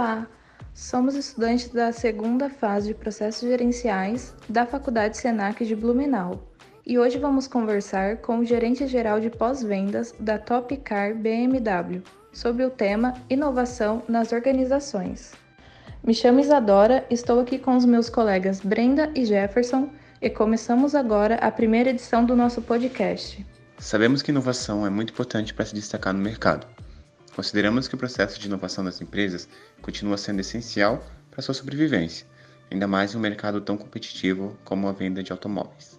Olá, somos estudantes da segunda fase de Processos Gerenciais da Faculdade Senac de Blumenau e hoje vamos conversar com o gerente-geral de pós-vendas da Topcar BMW sobre o tema Inovação nas Organizações. Me chamo Isadora, estou aqui com os meus colegas Brenda e Jefferson e começamos agora a primeira edição do nosso podcast. Sabemos que inovação é muito importante para se destacar no mercado. Consideramos que o processo de inovação das empresas continua sendo essencial para sua sobrevivência, ainda mais em um mercado tão competitivo como a venda de automóveis.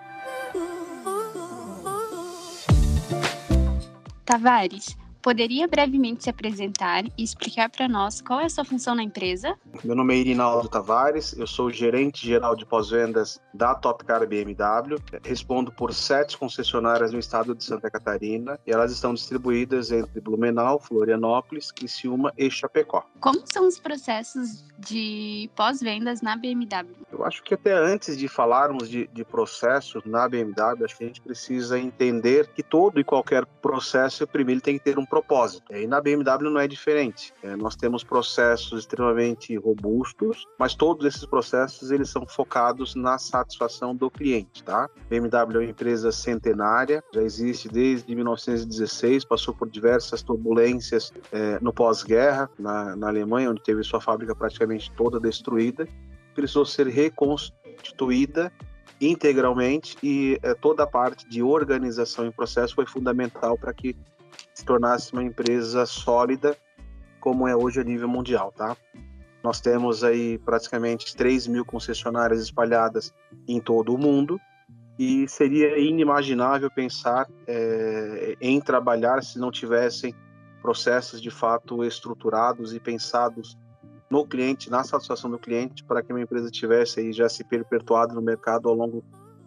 Tavares, poderia brevemente se apresentar e explicar para nós qual é a sua função na empresa? Meu nome é Irinaldo Tavares, eu sou gerente-geral de pós-vendas da Topcar BMW. Respondo por 7 concessionárias no estado de Santa Catarina e elas estão distribuídas entre Blumenau, Florianópolis, Criciúma e Chapecó. Como são os processos de pós-vendas na BMW? Eu acho que até antes de falarmos de processos na BMW, acho que a gente precisa entender que todo e qualquer processo primeiro tem que ter um propósito. E na BMW não é diferente. Nós temos processos extremamente robustos, mas todos esses processos eles são focados na satisfação do cliente, tá? A BMW é uma empresa centenária, já existe desde 1916, passou por diversas turbulências no pós-guerra, na Alemanha, onde teve sua fábrica praticamente toda destruída, precisou ser reconstituída integralmente e toda a parte de organização e processo foi fundamental para que se tornasse uma empresa sólida como é hoje a nível mundial, tá? Nós temos aí praticamente 3.000 concessionárias espalhadas em todo o mundo e seria inimaginável pensar em trabalhar se não tivessem processos de fato estruturados e pensados no cliente, na satisfação do cliente, para que uma empresa tivesse aí já se perpetuado no mercado ao longo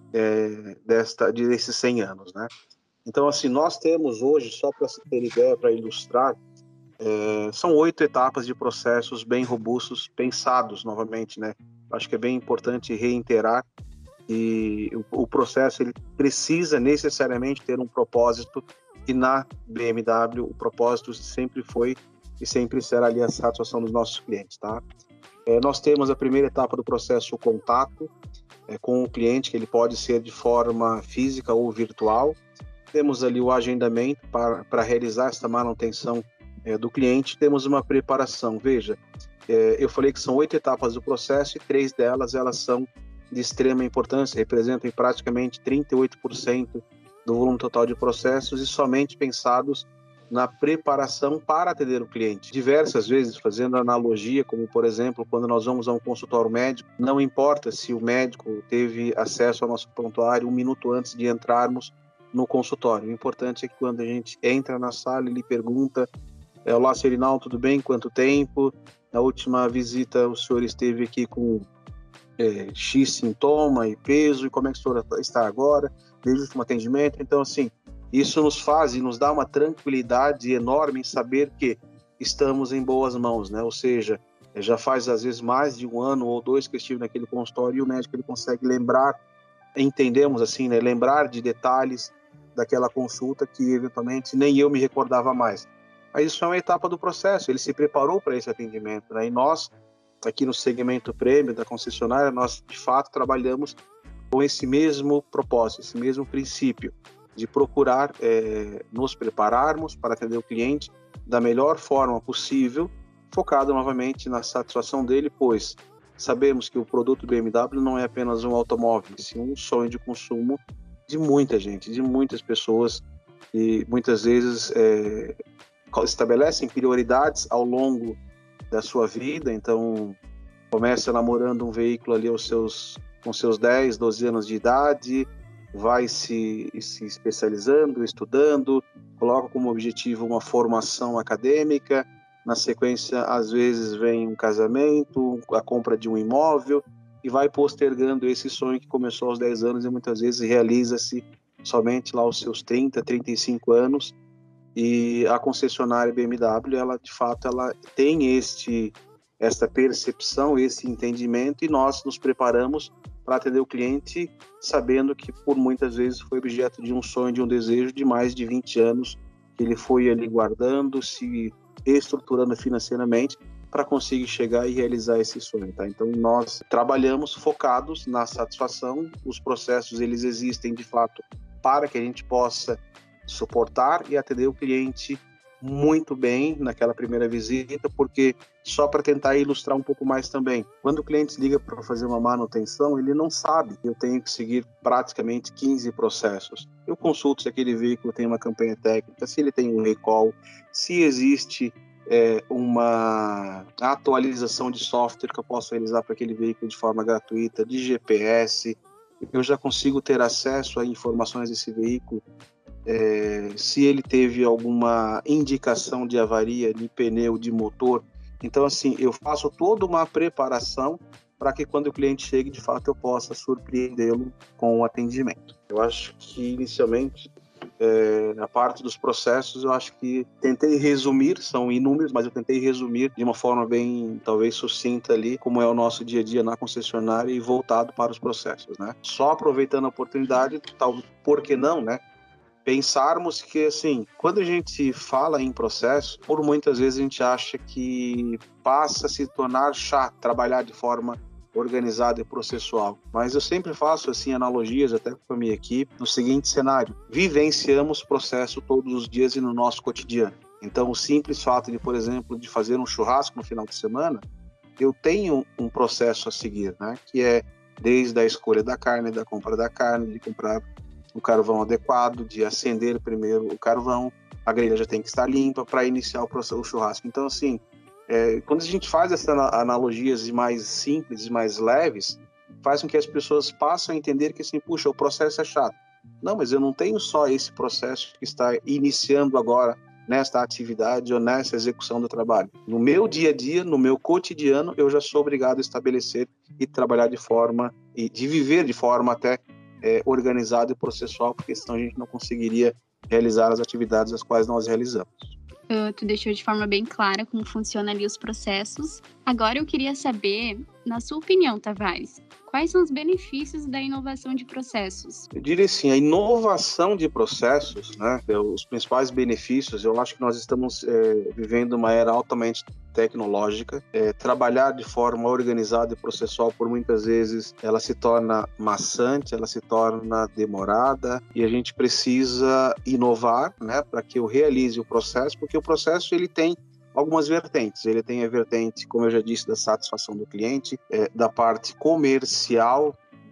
desses 100 anos, né? Então, assim, nós temos hoje, só para se ter ideia, para ilustrar, são 8 etapas de processos bem robustos, pensados novamente, né? Acho que é bem importante reiterar que o processo ele precisa necessariamente ter um propósito e na BMW o propósito sempre foi e sempre será ali a satisfação dos nossos clientes, tá? Nós temos a primeira etapa do processo, o contato com o cliente, que ele pode ser de forma física ou virtual. Temos ali o agendamento para realizar essa manutenção do cliente. Temos uma preparação. Veja, eu falei que são 8 etapas do processo e 3 delas elas são de extrema importância, representam praticamente 38% do volume total de processos e somente pensados na preparação para atender o cliente. Diversas vezes, fazendo analogia, como por exemplo, quando nós vamos a um consultório médico, não importa se o médico teve acesso ao nosso prontuário 1 minuto antes de entrarmos no consultório. O importante é que quando a gente entra na sala, ele pergunta: olá, senhor Irinaldo, tudo bem? Quanto tempo? Na última visita o senhor esteve aqui com X sintoma e peso, e como é que o senhor está agora? Desde o último atendimento. Então, assim, isso nos faz e nos dá uma tranquilidade enorme em saber que estamos em boas mãos, né? Ou seja, já faz às vezes mais de 1 ano ou 2 que eu estive naquele consultório e o médico ele consegue lembrar, entendemos assim, né? Lembrar de detalhes daquela consulta que eventualmente nem eu me recordava mais. Mas isso é uma etapa do processo, ele se preparou para esse atendimento, né? E nós, aqui no segmento prêmio da concessionária, nós de fato trabalhamos com esse mesmo propósito, esse mesmo princípio de procurar nos prepararmos para atender o cliente da melhor forma possível, focado novamente na satisfação dele, pois sabemos que o produto BMW não é apenas um automóvel, sim um sonho de consumo de muita gente, de muitas pessoas, e muitas vezes estabelecem prioridades ao longo da sua vida. Então começa namorando um veículo ali com seus 10, 12 anos de idade, vai se especializando, estudando, coloca como objetivo uma formação acadêmica, na sequência às vezes vem um casamento, a compra de um imóvel, e vai postergando esse sonho que começou aos 10 anos e muitas vezes realiza-se somente lá aos seus 30, 35 anos. E a concessionária BMW, ela de fato ela tem esta percepção, esse entendimento, e nós nos preparamos para atender o cliente, sabendo que por muitas vezes foi objeto de um sonho, de um desejo de mais de 20 anos, que ele foi ali guardando, se estruturando financeiramente, para conseguir chegar e realizar esse sonho, tá? Então nós trabalhamos focados na satisfação, os processos eles existem de fato para que a gente possa suportar e atender o cliente muito bem naquela primeira visita, porque só para tentar ilustrar um pouco mais também, quando o cliente liga para fazer uma manutenção, ele não sabe que eu tenho que seguir praticamente 15 processos. Eu consulto se aquele veículo tem uma campanha técnica, se ele tem um recall, se existe uma atualização de software que eu posso realizar para aquele veículo de forma gratuita, de GPS, eu já consigo ter acesso a informações desse veículo, se ele teve alguma indicação de avaria de pneu, de motor. Então, assim, eu faço toda uma preparação para que quando o cliente chegue, de fato, eu possa surpreendê-lo com o atendimento. Eu acho que, inicialmente, na parte dos processos, eu acho que tentei resumir, são inúmeros, mas eu tentei resumir de uma forma bem, talvez, sucinta ali, como é o nosso dia a dia na concessionária e voltado para os processos, né? Só aproveitando a oportunidade, tal, por que não, né? Pensarmos que, assim, quando a gente fala em processo, por muitas vezes a gente acha que passa a se tornar chato trabalhar de forma organizada e processual. Mas eu sempre faço, assim, analogias até com a minha equipe, no seguinte cenário: vivenciamos processo todos os dias e no nosso cotidiano. Então, o simples fato de, por exemplo, de fazer um churrasco no final de semana, eu tenho um processo a seguir, né? Que é desde a escolha da carne, da compra da carne, de comprar o carvão adequado, de acender primeiro o carvão, a grelha já tem que estar limpa para iniciar o churrasco. Então, assim, quando a gente faz essas analogias mais simples e mais leves, faz com que as pessoas passem a entender que, assim, puxa, o processo é chato. Não, mas eu não tenho só esse processo que está iniciando agora nesta atividade ou nessa execução do trabalho. No meu dia a dia, no meu cotidiano, eu já sou obrigado a estabelecer e trabalhar de forma, e de viver de forma até organizado e processual, porque senão a gente não conseguiria realizar as atividades as quais nós realizamos. Tu deixou de forma bem clara como funciona ali os processos. Agora eu queria saber, na sua opinião, Tavares, quais são os benefícios da inovação de processos? Eu diria assim, a inovação de processos, né, os principais benefícios, eu acho que nós estamos vivendo uma era altamente tecnológica. Trabalhar de forma organizada e processual, por muitas vezes, ela se torna maçante, ela se torna demorada, e a gente precisa inovar, né, para que eu realize o processo, porque o processo ele tem algumas vertentes. Ele tem a vertente, como eu já disse, da satisfação do cliente, da parte comercial,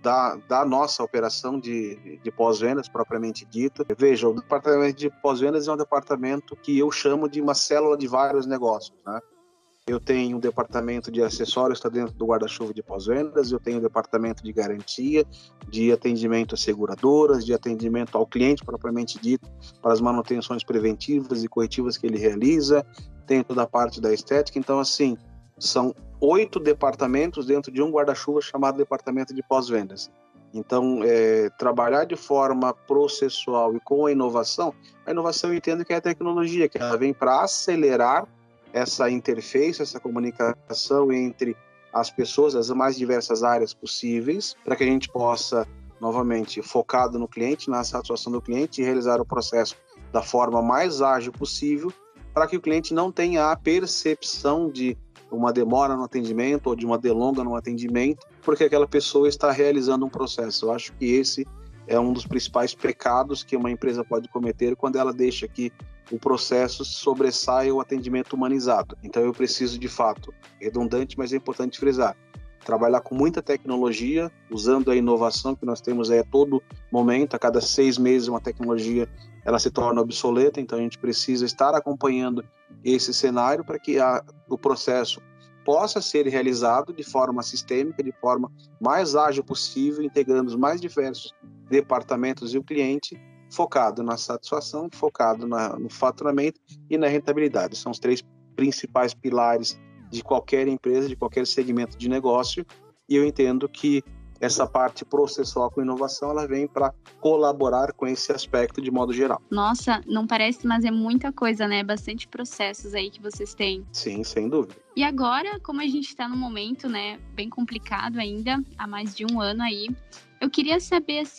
da nossa operação de pós-vendas, propriamente dita. Veja, o departamento de pós-vendas é um departamento que eu chamo de uma célula de vários negócios, né? Eu tenho um departamento de acessórios, está dentro do guarda-chuva de pós-vendas, eu tenho um departamento de garantia, de atendimento a seguradoras, de atendimento ao cliente propriamente dito, para as manutenções preventivas e corretivas que ele realiza, tem toda a parte da estética. Então, assim, são 8 departamentos dentro de um guarda-chuva chamado departamento de pós-vendas. Então, trabalhar de forma processual e com a inovação eu entendo que é a tecnologia, que ela vem para acelerar essa interface, essa comunicação entre as pessoas, as mais diversas áreas possíveis, para que a gente possa, novamente, focado no cliente, na satisfação do cliente, e realizar o processo da forma mais ágil possível, para que o cliente não tenha a percepção de uma demora no atendimento ou de uma delonga no atendimento, porque aquela pessoa está realizando um processo. Eu acho que esse é um dos principais pecados que uma empresa pode cometer quando ela deixa que o processo sobressaia o atendimento humanizado. Então eu preciso, de fato, redundante, mas é importante frisar, trabalhar com muita tecnologia, usando a inovação que nós temos aí a todo momento. A cada 6 meses uma tecnologia ela se torna obsoleta, então a gente precisa estar acompanhando esse cenário para que o processo possa ser realizado de forma sistêmica, de forma mais ágil possível, integrando os mais diversos departamentos e o cliente, focado na satisfação, focado no faturamento e na rentabilidade. São os 3 principais pilares de qualquer empresa, de qualquer segmento de negócio, e eu entendo que essa parte processual com inovação, ela vem para colaborar com esse aspecto de modo geral. Nossa, não parece, mas é muita coisa, né? Bastante processos aí que vocês têm. Sim, sem dúvida. E agora, como a gente está num momento, né, bem complicado ainda, há mais de um ano aí, eu queria saber, assim,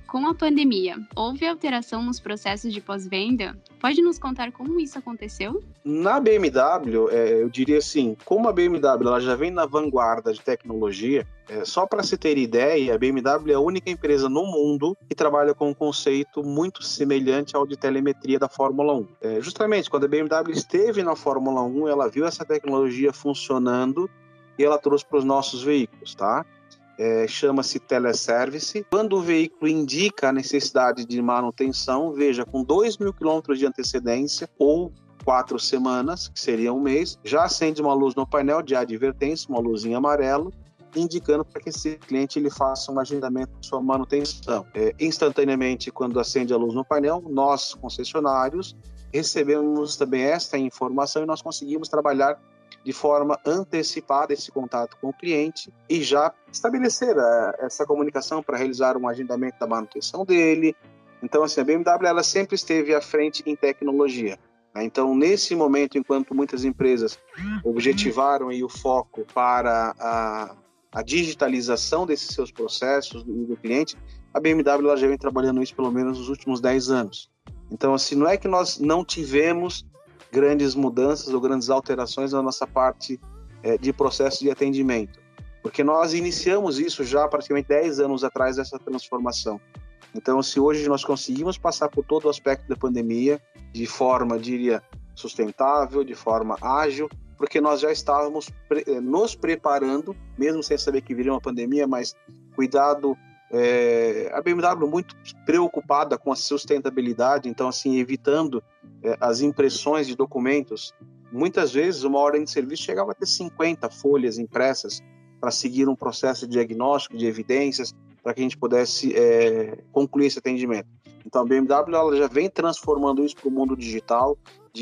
Com a pandemia, houve alteração nos processos de pós-venda? Pode nos contar como isso aconteceu? Na BMW, eu diria assim, como a BMW ela já vem na vanguarda de tecnologia, só para se ter ideia, a BMW é a única empresa no mundo que trabalha com um conceito muito semelhante ao de telemetria da Fórmula 1. Justamente, quando a BMW esteve na Fórmula 1, ela viu essa tecnologia funcionando e ela trouxe para os nossos veículos, tá? Chama-se teleservice. Quando o veículo indica a necessidade de manutenção, veja, com 2.000 quilômetros de antecedência ou 4 semanas, que seria um mês, já acende uma luz no painel de advertência, uma luzinha amarela, indicando para que esse cliente ele faça um agendamento de sua manutenção. Instantaneamente, quando acende a luz no painel, nós, concessionários, recebemos também esta informação e nós conseguimos trabalhar de forma antecipada esse contato com o cliente e já estabelecer essa comunicação para realizar um agendamento da manutenção dele. Então, assim, a BMW ela sempre esteve à frente em tecnologia. Então, nesse momento, enquanto muitas empresas objetivaram aí o foco para a digitalização desses seus processos do cliente, a BMW ela já vem trabalhando isso pelo menos nos últimos 10 anos. Então, assim, não é que nós não tivemos grandes mudanças ou grandes alterações na nossa parte de processo de atendimento, porque nós iniciamos isso já praticamente 10 anos atrás, essa transformação. Então, se hoje nós conseguimos passar por todo o aspecto da pandemia de forma, diria, sustentável, de forma ágil, porque nós já estávamos nos preparando, mesmo sem saber que viria uma pandemia, mas cuidado, a BMW muito preocupada com a sustentabilidade, então assim, evitando as impressões de documentos. Muitas vezes uma ordem de serviço chegava a ter 50 folhas impressas para seguir um processo de diagnóstico, de evidências, para que a gente pudesse concluir esse atendimento. Então a BMW ela já vem transformando isso para o mundo digital,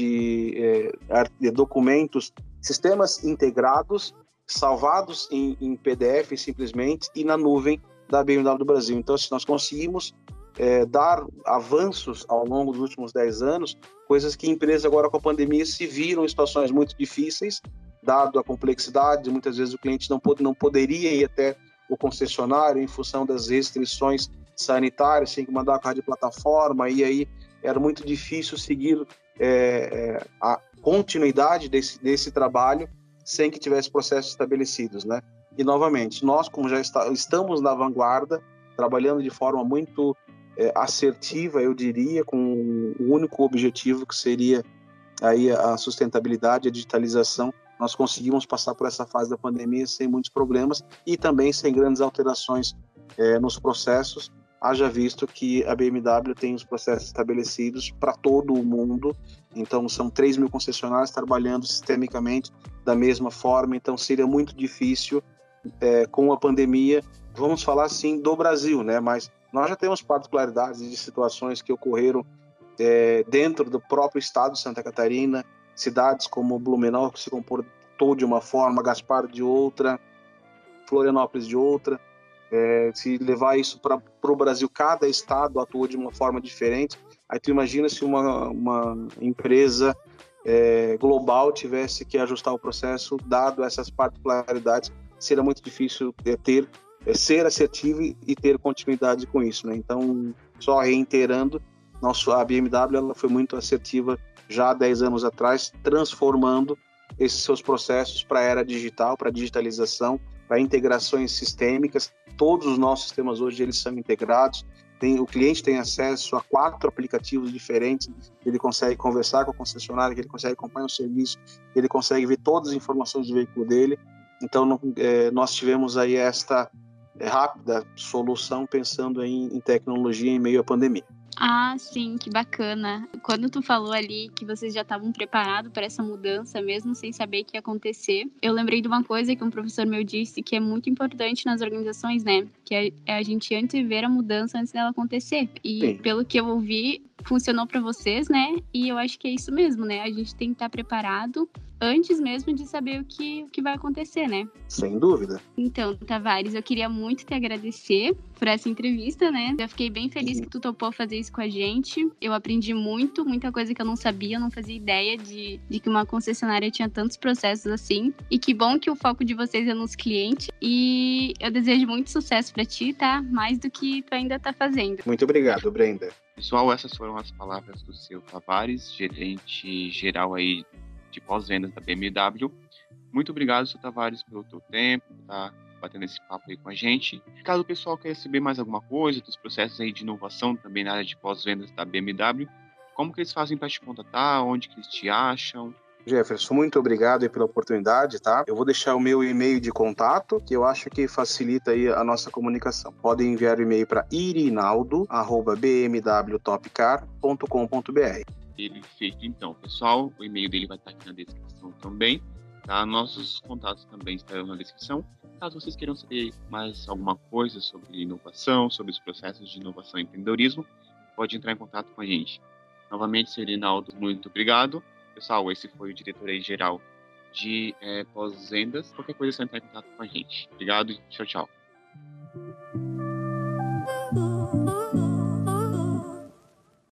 de documentos, sistemas integrados, salvados em PDF simplesmente e na nuvem da BMW do Brasil. Então, assim, nós conseguimos dar avanços ao longo dos últimos 10 anos, coisas que empresas agora com a pandemia se viram em situações muito difíceis, dado a complexidade, muitas vezes o cliente não poderia ir até o concessionário em função das restrições sanitárias, tinha que mandar o carro de plataforma, e aí era muito difícil seguir a continuidade desse trabalho sem que tivesse processos estabelecidos, né? E, novamente, nós, como já estamos na vanguarda, trabalhando de forma muito assertiva, eu diria, com o único objetivo que seria aí a sustentabilidade, a digitalização, nós conseguimos passar por essa fase da pandemia sem muitos problemas e também sem grandes alterações nos processos, haja visto que a BMW tem os processos estabelecidos para todo o mundo, então são 3.000 concessionários trabalhando sistemicamente da mesma forma, então seria muito difícil com a pandemia, vamos falar assim, do Brasil, né? Mas nós já temos particularidades de situações que ocorreram dentro do próprio estado de Santa Catarina, cidades como Blumenau, que se comportou de uma forma, Gaspar de outra, Florianópolis de outra. Se levar isso para o Brasil, cada estado atuou de uma forma diferente. Aí tu imagina se uma empresa global tivesse que ajustar o processo, dado essas particularidades, seria muito difícil ser assertivo e ter continuidade com isso, né? Então, só reiterando, a BMW ela foi muito assertiva já há 10 anos atrás, transformando esses seus processos para a era digital, para a digitalização, para integrações sistêmicas. Todos os nossos sistemas hoje eles são integrados. O cliente tem acesso a 4 aplicativos diferentes, ele consegue conversar com a concessionária, ele consegue acompanhar o serviço, ele consegue ver todas as informações do veículo dele. Então, nós tivemos aí esta rápida solução pensando em tecnologia em meio à pandemia. Ah, sim, que bacana. Quando tu falou ali que vocês já estavam preparados para essa mudança, mesmo sem saber que ia acontecer, eu lembrei de uma coisa que um professor meu disse que é muito importante nas organizações, né? Que é a gente antever a mudança antes dela acontecer. E Sim. Pelo que eu ouvi, funcionou para vocês, né? E eu acho que é isso mesmo, né? A gente tem que estar preparado antes mesmo de saber o que vai acontecer, né? Sem dúvida. Então, Tavares, eu queria muito te agradecer por essa entrevista, né? Eu fiquei bem feliz que tu topou fazer isso com a gente. Eu aprendi muita coisa que eu não sabia, eu não fazia ideia de que uma concessionária tinha tantos processos assim. E que bom que o foco de vocês é nos clientes. E eu desejo muito sucesso para ti, tá? Mais do que tu ainda tá fazendo. Muito obrigado, Brenda. Pessoal, essas foram as palavras do seu Tavares, gerente geral aí de pós-vendas da BMW. Muito obrigado, seu Tavares, pelo teu tempo, por estar batendo esse papo aí com a gente. Caso o pessoal queira saber mais alguma coisa dos processos aí de inovação também na área de pós-vendas da BMW, como que eles fazem para te contatar, onde que eles te acham? Jefferson, muito obrigado aí pela oportunidade, tá? Eu vou deixar o meu e-mail de contato, que eu acho que facilita aí a nossa comunicação. Podem enviar o e-mail para irinaldo@bmwtopcar.com.br. Perfeito, então, pessoal, o e-mail dele vai estar aqui na descrição também, tá? Nossos contatos também estarão na descrição. Caso vocês queiram saber mais alguma coisa sobre inovação, sobre os processos de inovação e empreendedorismo, pode entrar em contato com a gente. Novamente, seu Rinaldo, muito obrigado. Pessoal, esse foi o diretor aí geral de pós-vendas. Qualquer coisa é só entrar em contato com a gente. Obrigado e tchau, tchau.